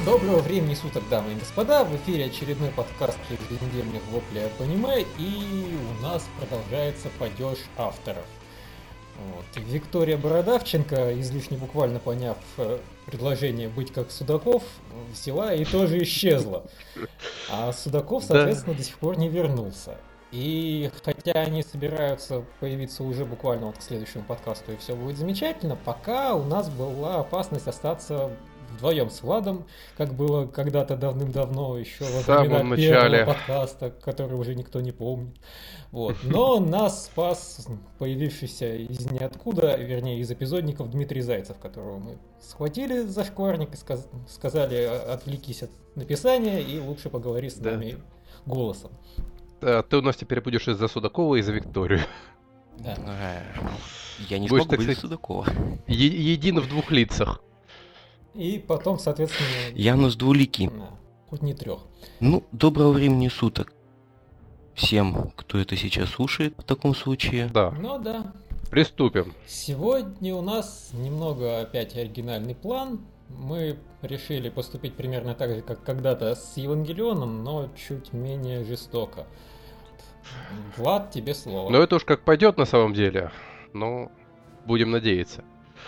Доброго времени суток, дамы и господа! В эфире очередной подкаст еженедельных воплей об аниме, и у нас продолжается падеж авторов. Виктория Бородавченко, излишне буквально поняв предложение быть как Судаков, взяла и тоже исчезла. А Судаков, соответственно, до сих пор не вернулся. И хотя они собираются появиться уже буквально к следующему подкасту, и все будет замечательно, пока у нас была опасность остаться вдвоем с Владом, как было когда-то давным-давно, еще во времена первого подкаста, который уже никто не помнит. Но нас спас появившийся из ниоткуда, вернее из эпизодников, Дмитрий Зайцев, которого мы схватили за шкварник и сказали: отвлекись от написания и лучше поговори с нами голосом. Ты у нас теперь будешь из-за Судакова и за Викторию. Да. Я не смогу быть Судакова. Един в двух лицах. И потом, соответственно... Янус двуликий. Хоть не трех. Доброго времени суток всем, кто это сейчас слушает в таком случае. Да. Да. Приступим. Сегодня у нас немного опять оригинальный план. Мы решили поступить примерно так же, как когда-то с Евангелионом, но чуть менее жестоко. Влад, тебе слово. Это уж как пойдет на самом деле. Но будем надеяться.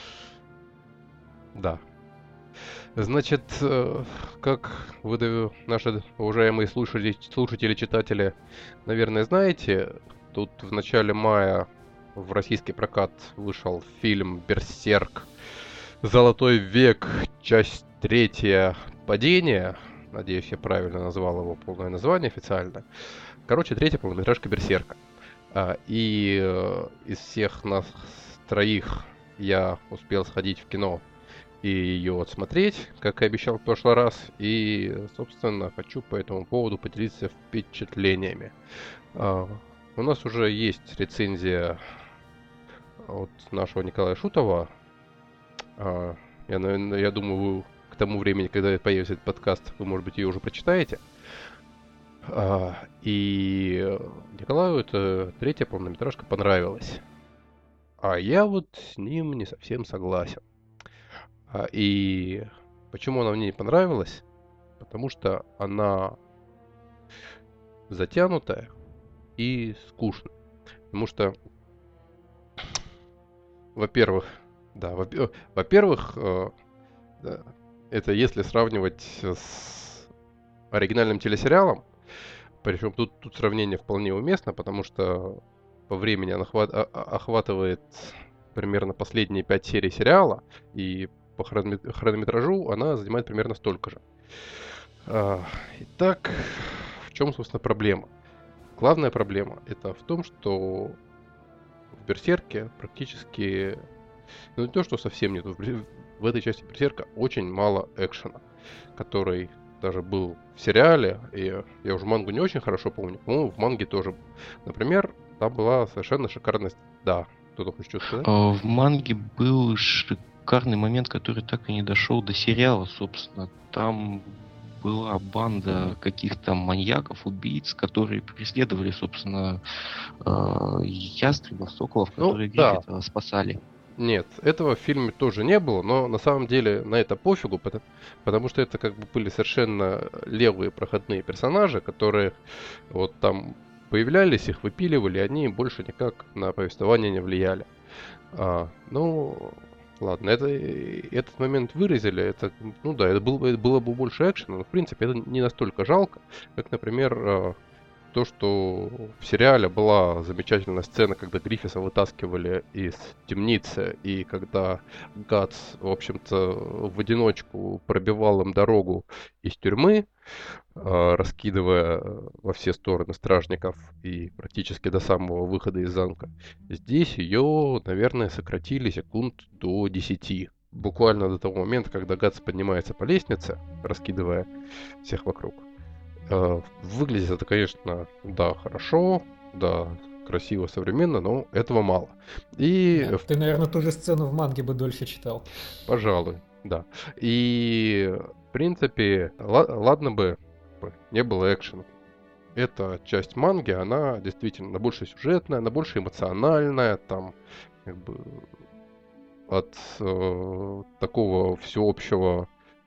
Да. Значит, как вы, наши уважаемые слушатели, читатели, наверное, знаете, тут в начале мая в российский прокат вышел фильм «Берсерк. Золотой век. Часть 3. Падение». Надеюсь, я правильно назвал его полное название официально. Короче, 3-я полнометражка «Берсерка». И из всех нас троих я успел сходить в кино и ее отсмотреть, как и обещал в прошлый раз. И, собственно, хочу по этому поводу поделиться впечатлениями. У нас уже есть рецензия от нашего Николая Шутова. Я думаю, вы к тому времени, когда появится этот подкаст, вы, может быть, ее уже прочитаете. И Николаю эта 3-я полнометражка понравилась. А я с ним не совсем согласен. И почему она мне не понравилась? Потому что она затянутая и скучная. Потому что, во-первых, это если сравнивать с оригинальным телесериалом, причем тут сравнение вполне уместно, потому что по времени она охватывает примерно последние 5 серий сериала, и по хронометражу она занимает примерно столько же. Итак, в чем, собственно, проблема? Главная проблема это в том, что в Берсерке практически, не то, что совсем нет, в этой части Берсерка очень мало экшена, который даже был в сериале, и я уже мангу не очень хорошо помню, по-моему, в манге тоже. Например, там была совершенно шикарность. Да, кто-то хочет что сказать? В манге был шикарный момент, который так и не дошел до сериала, собственно. Там была банда каких-то маньяков, убийц, которые преследовали, собственно, ястребов, соколов, которые Гриффита спасали. Нет, этого в фильме тоже не было, но на самом деле на это пофигу, потому что это были совершенно левые проходные персонажи, которые там появлялись, их выпиливали, они больше никак на повествование не влияли. Ладно, этот момент выразили, это было бы больше экшена, но в принципе это не настолько жалко, как, например, то, что в сериале была замечательная сцена, когда Гриффиса вытаскивали из темницы, и когда Гатс, в общем-то, в одиночку пробивал им дорогу из тюрьмы, раскидывая во все стороны стражников и практически до самого выхода из замка. Здесь ее, наверное, сократили секунд до 10. Буквально до того момента, когда Гатс поднимается по лестнице, раскидывая всех вокруг. Выглядит это, конечно, хорошо, красиво, современно, но этого мало. И... Ты, наверное, ту же сцену в манге бы дольше читал. Пожалуй, да. И, в принципе, ладно бы не было экшена. Эта часть манги, она действительно больше сюжетная, она больше эмоциональная, там, от такого всеобщего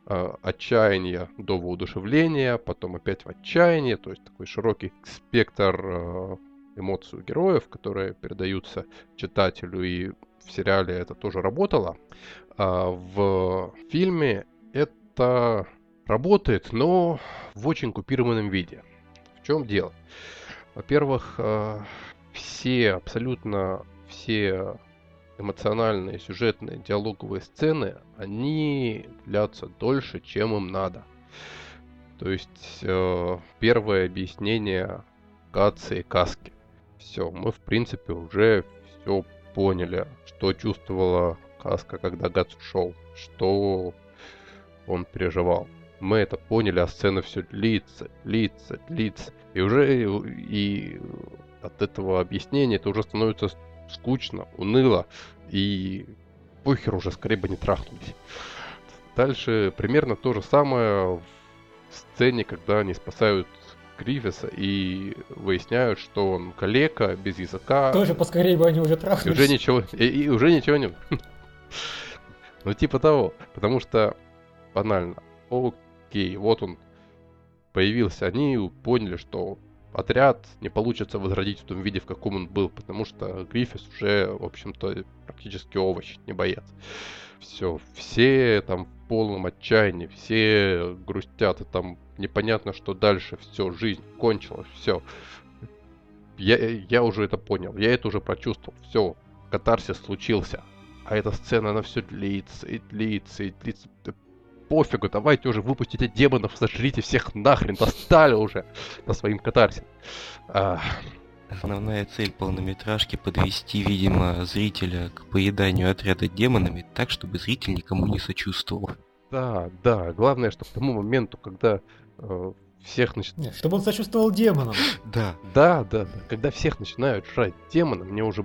отчаяния до воодушевления, потом опять в отчаяние, то есть такой широкий спектр эмоций у героев, которые передаются читателю, и в сериале это тоже работало. В фильме это работает, но в очень купированном виде. В чем дело? Во-первых, абсолютно все эмоциональные, сюжетные, диалоговые сцены, они длятся дольше, чем им надо. То есть первое объяснение Гатса и Каски. Все, мы в принципе уже все поняли, что чувствовала Каска, когда Гатс ушел, что он переживал. Мы это поняли, а сцена все длится. И уже от этого объяснения это уже становится скучно, уныло, и похер уже, скорее бы не трахнулись. Дальше примерно то же самое в сцене, когда они спасают Гриффиса и выясняют, что он калека, без языка. Тоже поскорее бы они уже трахнулись. И уже ничего не... Ну типа того, потому что банально. Окей, вот он появился, они поняли, что отряд не получится возродить в том виде, в каком он был, потому что Гриффис уже, в общем-то, практически овощ, не боец. Все там в полном отчаянии, все грустят, и там непонятно, что дальше, все, жизнь кончилась, все. Я уже это понял, я это уже прочувствовал, все, катарсис случился. А эта сцена, она все длится. Пофигу, давайте уже выпустите демонов, сожрите всех нахрен, достали уже на своим катарсе. Основная цель полнометражки — подвести, видимо, зрителя к поеданию отряда демонами так, чтобы зритель никому не сочувствовал. Да, главное, что к тому моменту, когда всех начинают... Нет, чтобы он сочувствовал демонам. Да, когда всех начинают жрать демоны, меня уже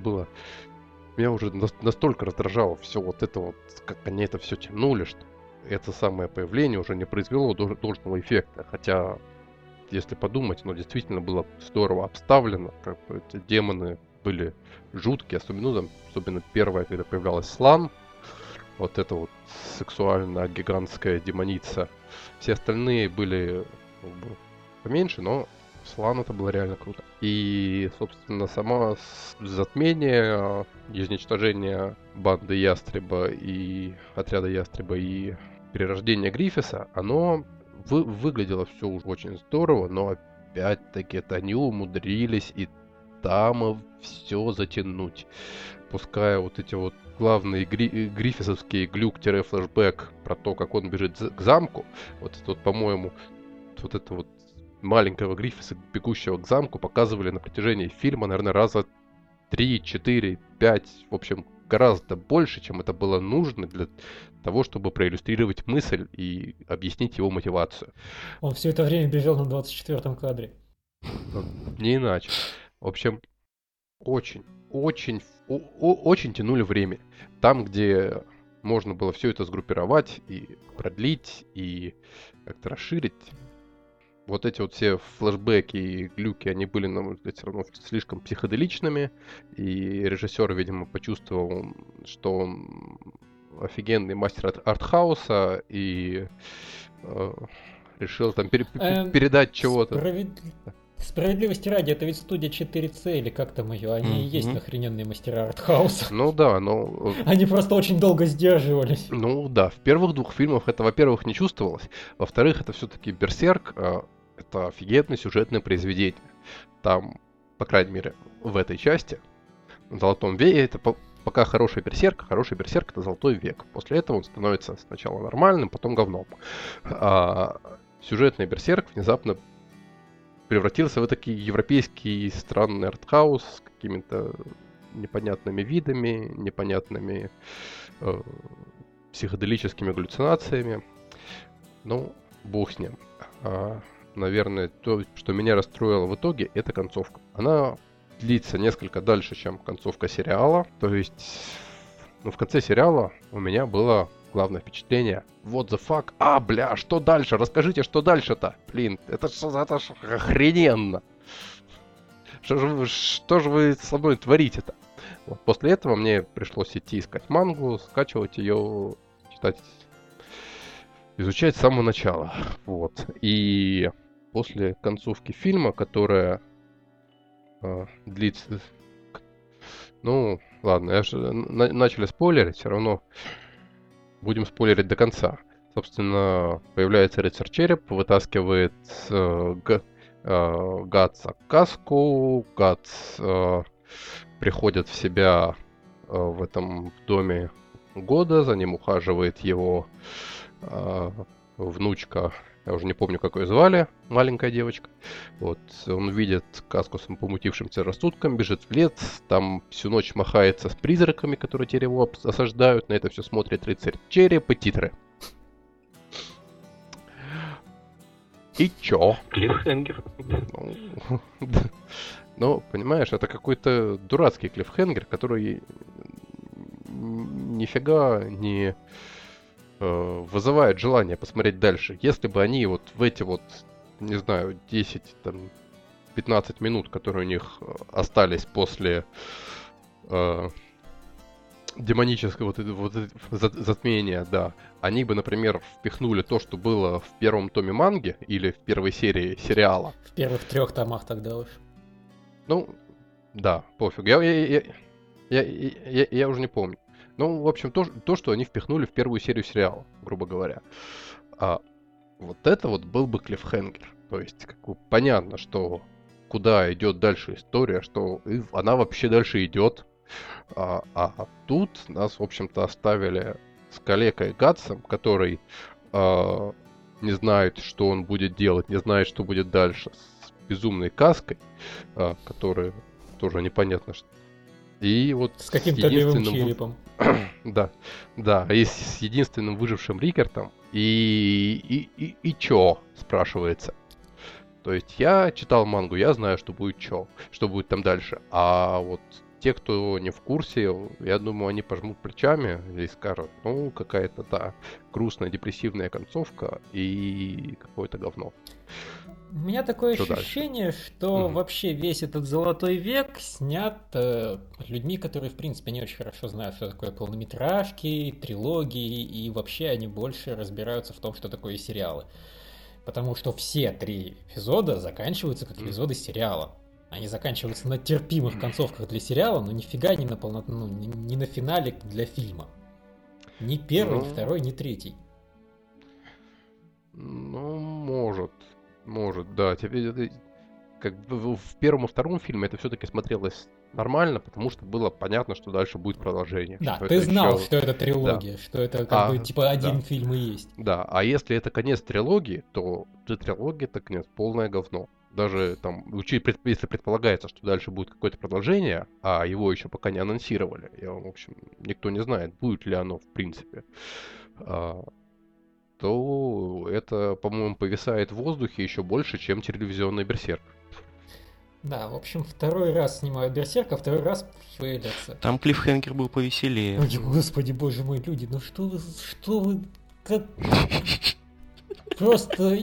настолько раздражало все вот это вот, как они это все тянули, что это самое появление уже не произвело должного эффекта. Хотя, если подумать, оно действительно было здорово обставлено. Как бы эти демоны были жуткие, особенно первая, когда появлялась Слан. Вот эта вот сексуальная гигантская демоница. Все остальные были поменьше, но Слан это было реально круто. И, собственно, само затмение, изничтожение банды Ястреба и отряда Ястреба и перерождение Гриффиса, оно выглядело все уже очень здорово, но опять-таки это они умудрились и там все затянуть. Пускай вот эти вот главные гриффисовские глюк-флешбэк про то, как он бежит к замку, вот это вот, по-моему, вот это вот маленького Гриффиса, бегущего к замку, показывали на протяжении фильма, наверное, раза 3, 4, 5, в общем, гораздо больше, чем это было нужно для того, чтобы проиллюстрировать мысль и объяснить его мотивацию. Он все это время бежал на 24-м кадре. Не иначе. В общем, очень тянули время. Там, где можно было все это сгруппировать и продлить, и как-то расширить, вот эти вот все флешбеки и глюки, они были, на мой взгляд, все равно слишком психоделичными, и режиссер, видимо, почувствовал, что он офигенный мастер артхауса, и решил там передать чего-то. Справедливости ради, это ведь студия 4C, или как там ее, они и есть охрененные мастера артхауса. Ну да, но... Они просто очень долго сдерживались. Ну да, в первых двух фильмах это, во-первых, не чувствовалось, во-вторых, это все-таки Берсерк, это офигенное сюжетное произведение. Там, по крайней мере, в этой части, в Золотом веке, это пока хороший берсерк это Золотой век. После этого он становится сначала нормальным, потом говном. А сюжетный берсерк внезапно превратился в такой европейский странный артхаус с какими-то непонятными видами, непонятными психоделическими галлюцинациями. Ну, бог с ним. Наверное, то, что меня расстроило в итоге, это концовка. Она длится несколько дальше, чем концовка сериала. То есть, в конце сериала у меня было главное впечатление. What the fuck? Бля, что дальше? Расскажите, что дальше-то? Блин, это ж охрененно. Что же вы со мной творите-то? Вот. После этого мне пришлось идти искать мангу, скачивать ее, читать изучать с самого начала. Вот. И после концовки фильма, которая длится... Ну, ладно, начали спойлерить, все равно будем спойлерить до конца. Собственно, появляется рыцарь череп, вытаскивает Гатса каску, Гатс приходит в себя в этом доме года, за ним ухаживает его внучка, я уже не помню, как ее звали, маленькая девочка. Вот, он видит каску с помутившимся рассудком, бежит в лес, там всю ночь махается с призраками, которые теперь его осаждают, на это все смотрит рыцарь череп и титры. И чё? Клиффхенгер. Ну, понимаешь, это какой-то дурацкий клиффхенгер, который нифига не вызывает желание посмотреть дальше. Если бы они вот в эти вот, не знаю, 10, там, 15 минут, которые у них остались после демонического затмения, да, они бы, например, впихнули то, что было в первом томе манги или в первой серии сериала. В первых 3 томах тогда уж. Ну, да, пофиг. Я уже не помню. Ну, в общем, то, что они впихнули в первую серию сериала, грубо говоря. А вот это вот был бы клиффхенгер. То есть, как бы понятно, что куда идет дальше история, что она вообще дальше идет. А тут нас, в общем-то, оставили с калекой Гатсом, который не знает, что он будет делать, не знает, что будет дальше, с безумной каской, которая тоже непонятно что. И вот с каким-то левым черепом. Да, и с единственным выжившим Рикертом. И чё, спрашивается. То есть я читал мангу, я знаю, что будет что будет там дальше. А вот те, кто не в курсе, я думаю, они пожмут плечами и скажут, ну, какая-то, да, грустная, депрессивная концовка и какое-то говно. У меня такое Что ощущение, что вообще весь этот золотой век снят людьми, которые, в принципе, не очень хорошо знают, что такое полнометражки, трилогии, и вообще они больше разбираются в том, что такое сериалы. Потому что все 3 эпизода заканчиваются как эпизоды сериала. Они заканчиваются на терпимых концовках для сериала, но нифига не на не на финале для фильма. Ни первый, ни второй, ни третий. Ну, может, да. Тебе как бы в первом и втором фильме это все-таки смотрелось нормально, потому что было понятно, что дальше будет продолжение. Да, ты знал, что это трилогия, да. Что это как бы типа один фильм и есть. Да, а если это конец трилогии, то трилогия это конец полное говно. Даже там, если предполагается, что дальше будет какое-то продолжение, а его еще пока не анонсировали, в общем, никто не знает, будет ли оно в принципе, то это, по-моему, повисает в воздухе еще больше, чем телевизионный Берсерк. Да, в общем, 2-й раз снимают Берсерк, а 2-й раз появляется. Там клиффхенгер был повеселее. Ой, господи, боже мой, люди, ну что вы, как... Просто...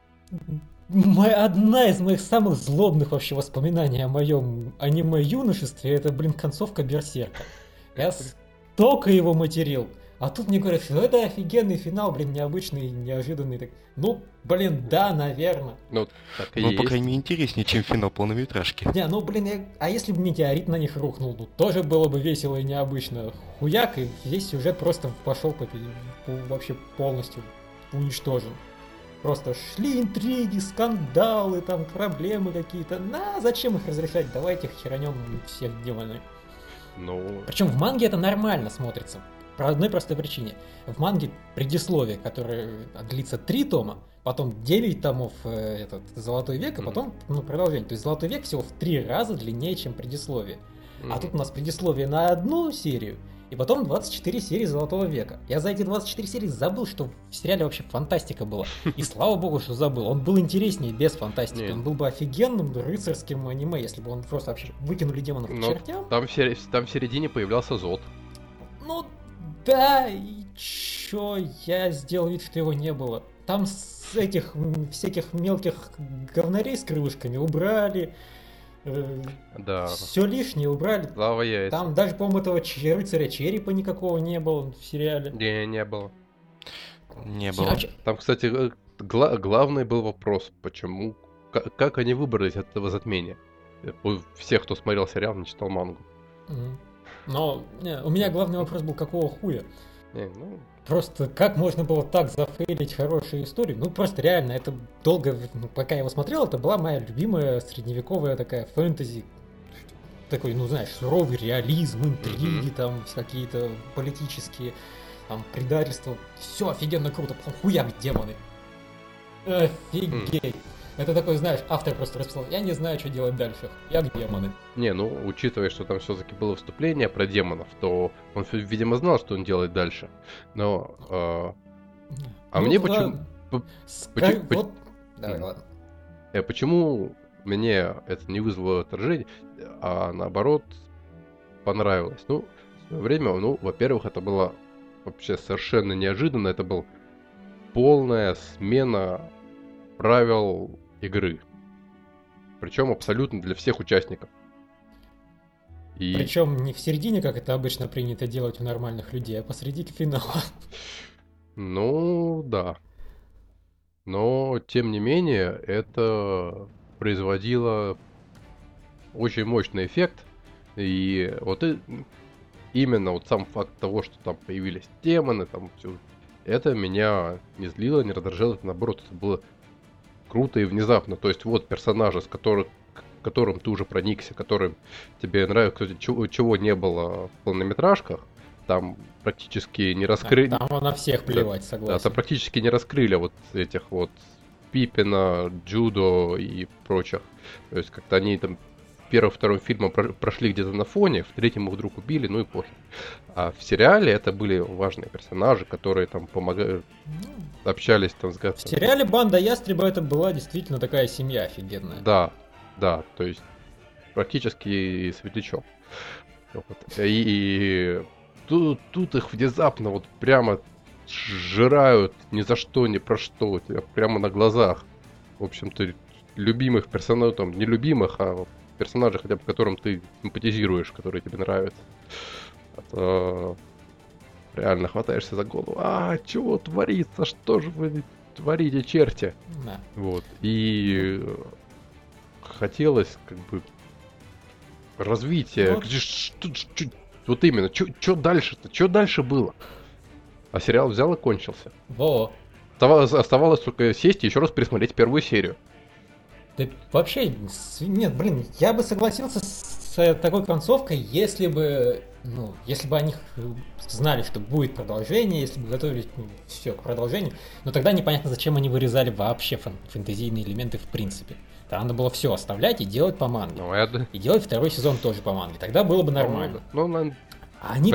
Одна из моих самых злобных вообще воспоминаний о моем аниме-юношестве, это, концовка Берсерка. Я столько его материл. А тут мне говорят, что это офигенный финал, необычный, неожиданный. Ну, да, наверное. Ну, так и есть. Ну, по крайней мере, интереснее, чем финал полнометражки. Не, а если бы метеорит на них рухнул, ну, тоже было бы весело и необычно. Хуяк, и весь сюжет просто пошел вообще полностью уничтожен. Просто шли интриги, скандалы, там, проблемы какие-то. Зачем их разрешать? Давайте их херанем всех демонами. Причем в манге это нормально смотрится. По одной простой причине. В манге предисловие, которое длится 3 тома, потом 9 томов Золотой век, а потом продолжение. То есть Золотой век всего в 3 раза длиннее, чем предисловие. А тут у нас предисловие на 1 серию, и потом 24 серии Золотого века. Я за эти 24 серии забыл, что в сериале вообще фантастика была. И слава богу, что забыл. Он был интереснее без фантастики. Он был бы офигенным рыцарским аниме, если бы он просто вообще выкинули демонов к чертям. Там в середине появлялся Зод. Ну да, и чё, я сделал вид, что его не было. Там с этих всяких мелких говнарей с крылышками убрали. Да. Все лишнее убрали. Лава яйца. Там даже, по-моему, этого рыцаря черепа никакого не было в сериале. Не было. Не было. Там, кстати, главный был вопрос, почему, как они выбрались от этого затмения. У всех, кто смотрел сериал, не читал мангу. Но у меня главный вопрос был, какого хуя? Ну, Просто как можно было так зафейлить хорошую историю? Ну, просто реально, это долго, пока я его смотрел, это была моя любимая средневековая такая фэнтези. Такой, ну, знаешь, суровый реализм, интриги, там, какие-то политические, там, предательства. Все офигенно круто, потом хуяк демоны. Офигеть. Это такой, знаешь, автор просто расписал, я не знаю, что делать дальше, хуяк демоны. Не, ну, учитывая, что там все-таки было вступление про демонов, то он, видимо, знал, что он делает дальше. Но... мне почему... Давай, ладно. Почему мне это не вызвало отторжения, а наоборот понравилось? Ну, в свое время, во-первых, это было вообще совершенно неожиданно. Это была полная смена правил игры. Причем абсолютно для всех участников. Причем не в середине, как это обычно принято делать у нормальных людей, а посреди финала. Ну, да. Но, тем не менее, это производило очень мощный эффект. И вот именно вот сам факт того, что там появились демоны, там все, это меня не злило, не раздражало, это наоборот, это было круто и внезапно. То есть вот персонажи, которым ты уже проникся, которым тебе нравится, чего не было в полнометражках, там практически не раскрыли... Там на всех плевать, согласен. Да, там практически не раскрыли вот этих вот Пиппина, Джудо и прочих. То есть как-то они там первым-вторым фильмом прошли где-то на фоне, в третьем их вдруг убили, ну и похер. А в сериале это были важные персонажи, которые там помогают, общались там с В сериале «Банда Ястреба» это была действительно такая семья офигенная. Да, то есть практически светлячок. Вот. И тут их внезапно вот прямо сжирают ни за что, ни про что, у тебя прямо на глазах. В общем-то, любимых персонажей, там, не любимых, а персонажей, хотя бы которым ты симпатизируешь, которые тебе нравятся. Это реально хватаешься за голову. Чего творится? Что же вы творите, черти? Да. Вот. И хотелось как бы развития. Вот именно, что дальше-то? Что дальше было? А сериал взял и кончился. Во. Оставалось только сесть и еще раз пересмотреть первую серию. Да вообще, нет, блин, я бы согласился с такой концовкой, если бы они знали, что будет продолжение, если бы готовились все к продолжению, но тогда непонятно, зачем они вырезали вообще фэнтезийные элементы в принципе. Там надо было все оставлять и делать по манге. И делать второй сезон тоже по манге. Тогда было бы нормально. Они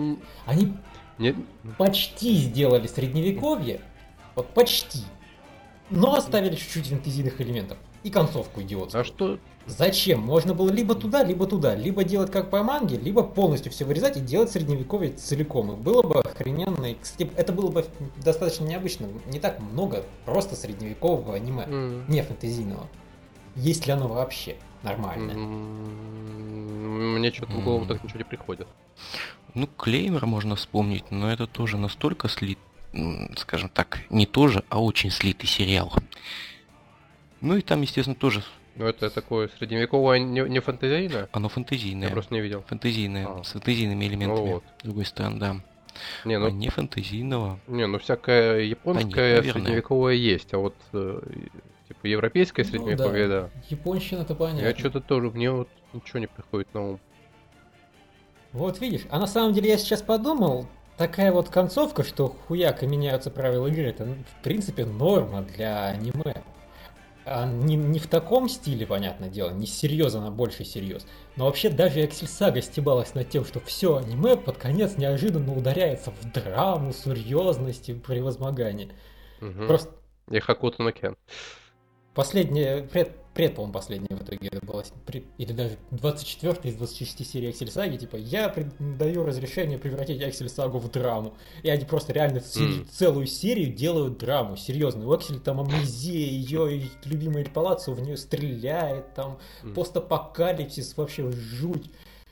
почти сделали средневековье, вот почти, но оставили чуть-чуть фэнтезийных элементов. И концовку идиотскую. А что? Зачем? Можно было либо туда, либо туда. Либо делать как по манге, либо полностью все вырезать и делать средневековье целиком. И было бы охрененно. И, кстати, это было бы достаточно необычно. Не так много просто средневекового аниме. Не фэнтезийного. Есть ли оно вообще нормальное? Мне что-то в голову так ничего не приходит. Ну, Клеймер можно вспомнить, но это тоже настолько скажем так, не тоже, а очень слитый сериал. Ну и там, естественно, тоже... Ну это такое средневековое, не фэнтезийное? Оно фэнтезийное. Я просто не видел. Фэнтезийное, с фэнтезийными элементами, с другой стороны, да. А не фэнтезийного. Всякое японское средневековое есть, а вот типа европейское средневековье, да. Японщина-то понятно. Я что-то тоже, мне вот ничего не приходит на ум. Вот видишь, а на самом деле я сейчас подумал, такая вот концовка, что хуяк и меняются правила игры, это в принципе норма для аниме. Не в таком стиле, понятное дело, не серьезно, а больше серьез. Но вообще даже Эксель Сага стебалась над тем, что все аниме под конец неожиданно ударяется в драму, серьезность и превозмогание. Просто... И Хокуто но Кен. Последняя, по-моему, последняя в итоге была, или даже 24 из 26 серий Эксель Саги, типа, я даю разрешение превратить Эксель Сагу в драму. И они просто реально целую серию делают драму, серьезно. У Эксель там амнезия, ее любимая Палаццо в нее стреляет, там постапокалипсис, вообще жуть.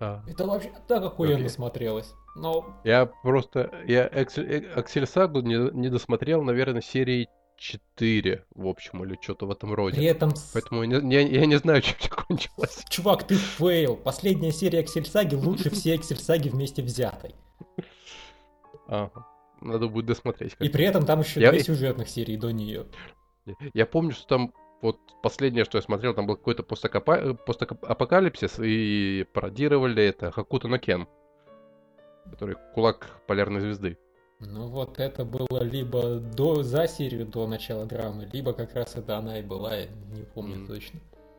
Это вообще так охуенно Окей. смотрелось. Но Я Аксель Сагу не досмотрел, наверное, серии 4, в общем, или что-то в этом роде. при этом... Поэтому я не знаю, чем все кончилось. Чувак, ты фейл. Последняя серия Аксельсаги лучше всей Аксельсаги вместе взятой. Ага. Надо будет досмотреть. И при этом там еще Я- 2 сюжетных серии до нее. Я помню, что там вот последнее, что я смотрел, там был какой-то постапокалипсис, и пародировали это Хакуто но Кен, который кулак полярной звезды. Ну вот это было либо за серию до начала драмы, либо как раз это она и была, я не помню точно.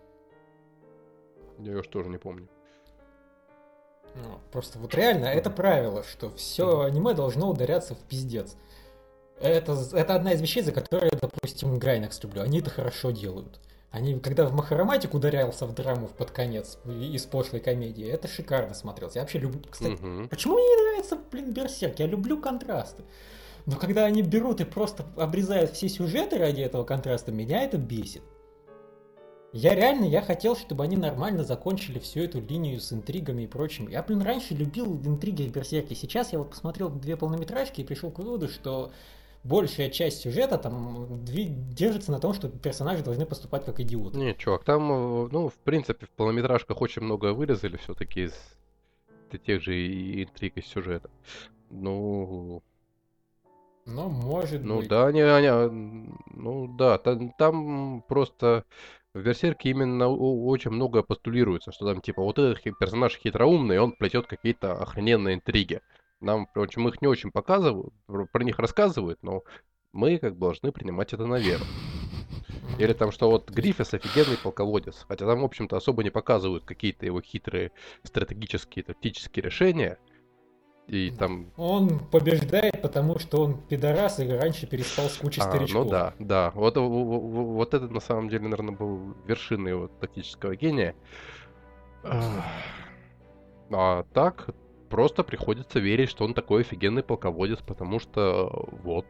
Я ее тоже не помню. Ну, просто вот реально это правило, что все аниме должно ударяться в пиздец. Это одна из вещей, за которые я, допустим, Грайнекс люблю. Они это хорошо делают. Они, когда в Махароматик ударялся в драму под конец из пошлой комедии, это шикарно смотрелось. Я вообще люблю... Кстати, почему мне не нравится, Берсерк? Я люблю контрасты. Но когда они берут и просто обрезают все сюжеты ради этого контраста, меня это бесит. Я хотел, чтобы они нормально закончили всю эту линию с интригами и прочим. Я, раньше любил интриги в Берсерке. Сейчас я вот посмотрел 2 полнометражки и пришел к выводу, что большая часть сюжета там держится на том, что персонажи должны поступать как идиоты. Не, чувак, там, ну, в принципе, в полнометражках очень многое вырезали все-таки из тех же интриг из сюжета. Ну, может ну быть. да, ну да, там просто в Берсерке именно очень многое постулируется, что там типа вот этот персонаж хитроумный, он плетет какие-то охрененные интриги. Нам, в общем, их не очень показывают, про них рассказывают, но мы как бы должны принимать это на веру. Или там, что вот Гриффис офигенный полководец, хотя там, в общем-то, особо не показывают какие-то его хитрые стратегические, тактические решения. И там... Он побеждает, потому что он пидорас и раньше переспал с кучей старичков. Ну да. Вот это на самом деле, наверное, был вершиной его тактического гения. А так, просто приходится верить, что он такой офигенный полководец, потому что вот.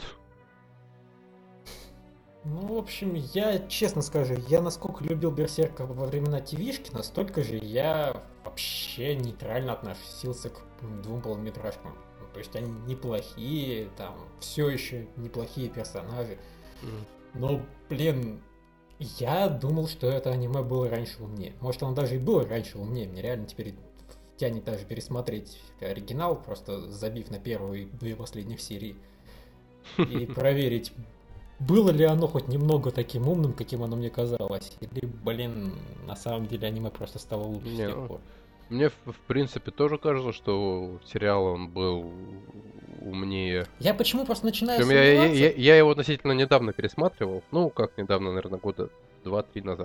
Ну, в общем, я честно скажу, я насколько любил Берсерка во времена ТВшки, настолько же я вообще нейтрально относился к 2 полнометражкам. Ну, то есть они неплохие, там все еще неплохие персонажи. Но, блин, я думал, что это аниме было раньше умнее. Может, оно даже и было раньше умнее. Мне реально теперь тянет даже пересмотреть оригинал, просто забив на первые 2 последних серии. И проверить, было ли оно хоть немного таким умным, каким оно мне казалось? Или, блин, на самом деле аниме просто стало лучше с тех пор? Мне, в принципе, тоже кажется, что сериал он был умнее. Я почему просто начинаю сомневаться? Я его относительно недавно пересматривал. Ну, как недавно, наверное, года 2-3 назад.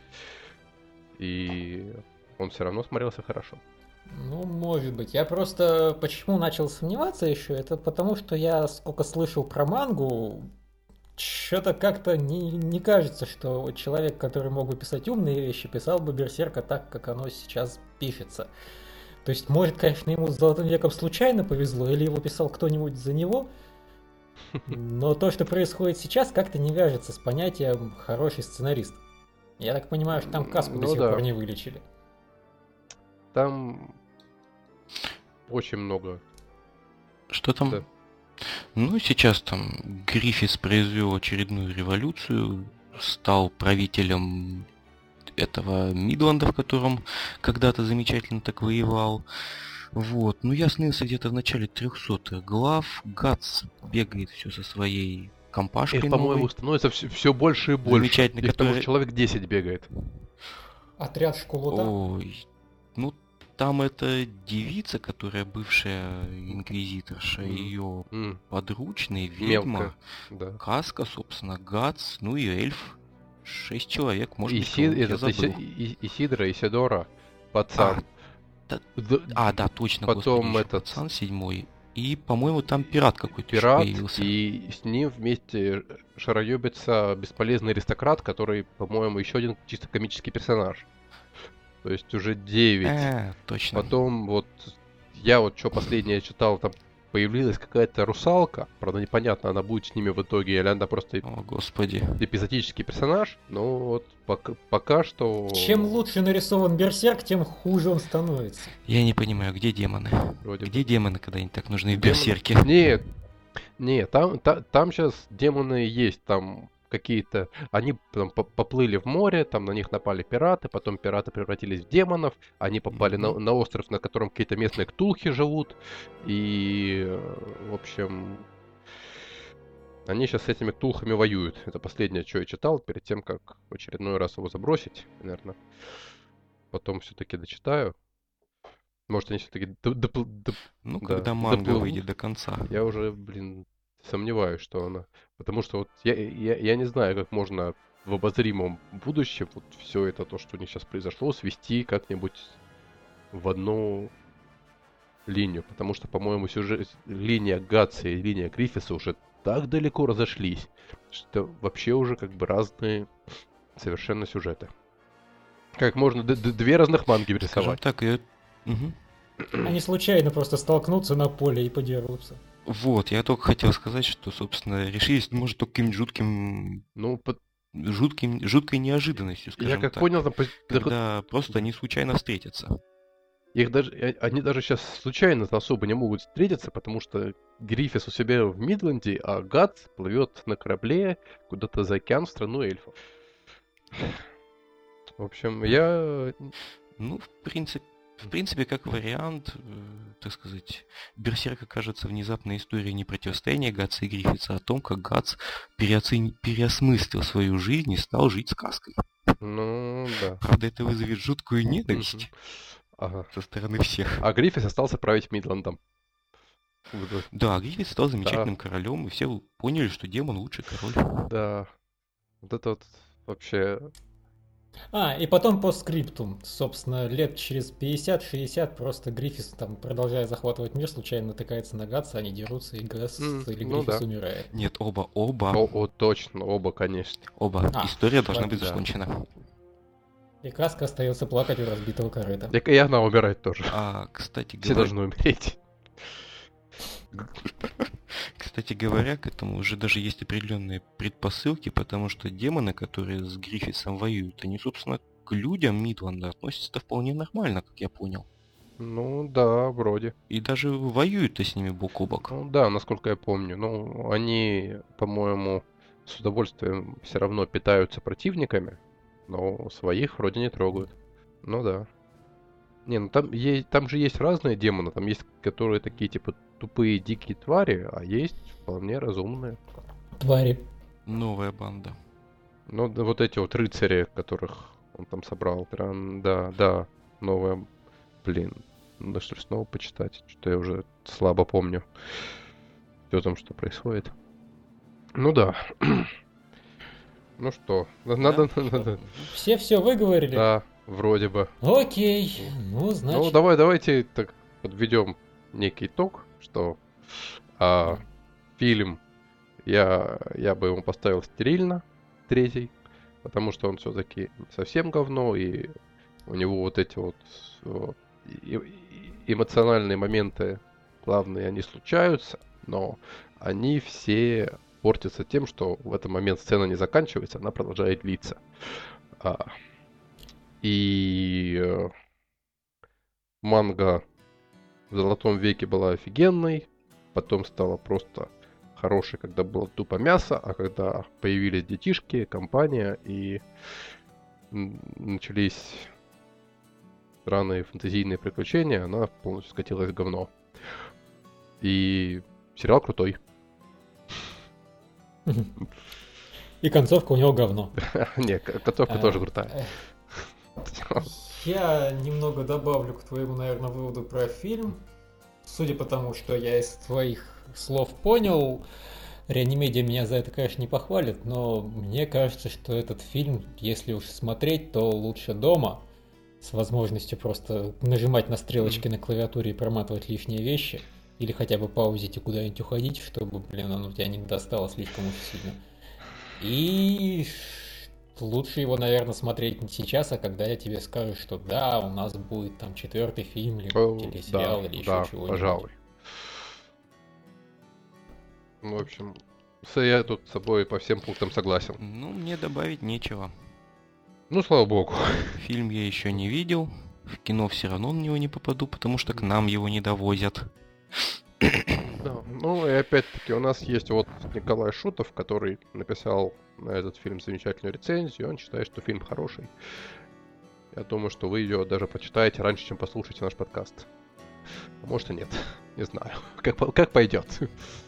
И он все равно смотрелся хорошо. Ну, может быть. Я просто почему начал сомневаться еще? Это потому, что я сколько слышал про мангу, что-то как-то не кажется, что человек, который мог бы писать умные вещи, писал бы Берсерка так, как оно сейчас пишется. То есть, может, конечно, ему с Золотым веком случайно повезло, или его писал кто-нибудь за него, но то, что происходит сейчас, как-то не вяжется с понятием «хороший сценарист». Я так понимаю, что там каску до сих пор не вылечили. Там очень много. Что там? Да. Ну, сейчас там Гриффис произвел очередную революцию, стал правителем этого Мидленда, в котором когда-то замечательно так воевал. Вот. Ну, я снился где-то в начале 300-х глав. Гац бегает все со своей компашкой. И, по-моему, становится все больше и больше. Замечательно, который... человек 10 бегает. Отряд Школота? Ой, ну, там эта девица, которая бывшая инквизиторша, ее подручный, ведьма, Каска, собственно, Гац, ну и эльф. 6 человек, может быть, я забыл. Исидра, Исидора, пацан. Да, точно, потом господи, этот... пацан 7-й. И, по-моему, там пират какой-то появился. И с ним вместе шароебится бесполезный аристократ, который, по-моему, еще один чисто комический персонаж. То есть уже 9. Точно. Потом вот я вот что последнее читал, там появилась какая-то русалка. Правда, непонятно, она будет с ними в итоге, или она просто О, господи. эпизодический персонаж. Но вот пока что... Чем лучше нарисован Берсерк, тем хуже он становится. Я не понимаю, где демоны? Вроде Где бы. демоны, когда они так нужны в Демоны- Берсерке? Нет, там сейчас демоны есть, там какие-то... Они там поплыли в море, там на них напали пираты, потом пираты превратились в демонов, они попали на остров, на котором какие-то местные ктулхи живут, и, в общем, они сейчас с этими ктулхами воюют. Это последнее, что я читал, перед тем, как в очередной раз его забросить, наверное. Потом все-таки дочитаю. Может, они все-таки Ну, да, когда манга доплывут. выйдет до конца. Я уже, сомневаюсь, что она... Потому что вот я не знаю, как можно в обозримом будущем вот все это, то, что у них сейчас произошло, свести как-нибудь в одну линию. Потому что, по-моему, линия Гатса и линия Гриффиса уже так далеко разошлись, что вообще уже как бы разные совершенно сюжеты. Как можно две разных манги Скажем рисовать? так, Мгм. Они случайно просто столкнутся на поле и подерутся. Вот, я только хотел сказать, что, собственно, решились, может, только каким-нибудь Ну, жуткой неожиданностью, скажем я как так. понял, там Когда просто они случайно встретятся. Они даже сейчас случайно особо не могут встретиться, потому что Гриффис у себя в Мидленде, а Гатс плывет на корабле куда-то за океан в страну эльфов. В общем, Ну, в принципе, как вариант, так сказать, Берсерк окажется внезапной историей не противостояния Гатса и Гриффитса, а о том, как Гатс переосмыслил свою жизнь и стал жить сказкой. Ну, да. Правда, это вызовет жуткую ненависть Ага. со стороны всех. А Гриффис остался править Мидлендом. Да, Гриффит стал замечательным королем, и все поняли, что демон лучший король. Да. Вот это вот вообще... И потом по скриптум. Собственно, лет через 50-60 просто Гриффис, там, продолжая захватывать мир, случайно натыкается на Гатса, они дерутся, и Гатс или ну Гриффис да. умирает. Нет, оба. Точно, оба, конечно. История должна быть да. закончена. И Каска остается плакать у разбитого корыта. И она умирает тоже. Кстати Все говоря, должны умереть. к этому уже даже есть определенные предпосылки, потому что демоны, которые с Гриффисом воюют, они, собственно, к людям Мидленда относятся вполне нормально, как я понял. Ну да, вроде. И даже воюют-то с ними бок о бок. Ну да, насколько я помню. Ну, они, по-моему, с удовольствием все равно питаются противниками, но своих вроде не трогают. Ну да. Не, ну там же есть разные демоны. Там есть, которые такие, типа, тупые дикие твари, а есть вполне разумные. Твари. Новая банда. Ну, да, вот эти вот рыцари, которых он там собрал. Прям, да, новая... Блин, надо что ли снова почитать? Что-то я уже слабо помню. Все там, что происходит. Ну да. Ну что, надо... Все выговорили? Да, вроде бы. Окей, ну, значит... Ну, давайте так подведем некий итог, что фильм я бы ему поставил стерильно, 3, потому что он все-таки совсем говно, и у него вот эти вот эмоциональные моменты главные, они случаются, но они все портятся тем, что в этот момент сцена не заканчивается, она продолжает длиться. И манга в Золотом веке была офигенной, потом стала просто хорошей, когда было тупо мясо, а когда появились детишки, компания, и начались странные фэнтезийные приключения, она полностью скатилась в говно. И сериал крутой. И концовка у него говно. Не, концовка тоже крутая. Я немного добавлю к твоему, наверное, выводу про фильм. Судя по тому, что я из твоих слов понял, Реанимедиа меня за это, конечно, не похвалит, но мне кажется, что этот фильм, если уж смотреть, то лучше дома, с возможностью просто нажимать на стрелочки на клавиатуре и проматывать лишние вещи, или хотя бы паузить и куда-нибудь уходить, чтобы, оно у тебя не достало слишком уж сильно. И лучше его, наверное, смотреть не сейчас, а когда я тебе скажу, что да, у нас будет там 4-й фильм, или телесериал, или еще чего-нибудь. Пожалуй. В общем, я тут с собой по всем пунктам согласен. Ну, мне добавить нечего. Ну, слава богу. Фильм я еще не видел. В кино все равно на него не попаду, потому что к нам его не довозят. Да. Ну и опять-таки у нас есть вот Николай Шутов, который написал на этот фильм замечательную рецензию. Он считает, что фильм хороший. Я думаю, что вы ее даже почитаете раньше, чем послушаете наш подкаст. А может и нет. Не знаю. Как пойдет.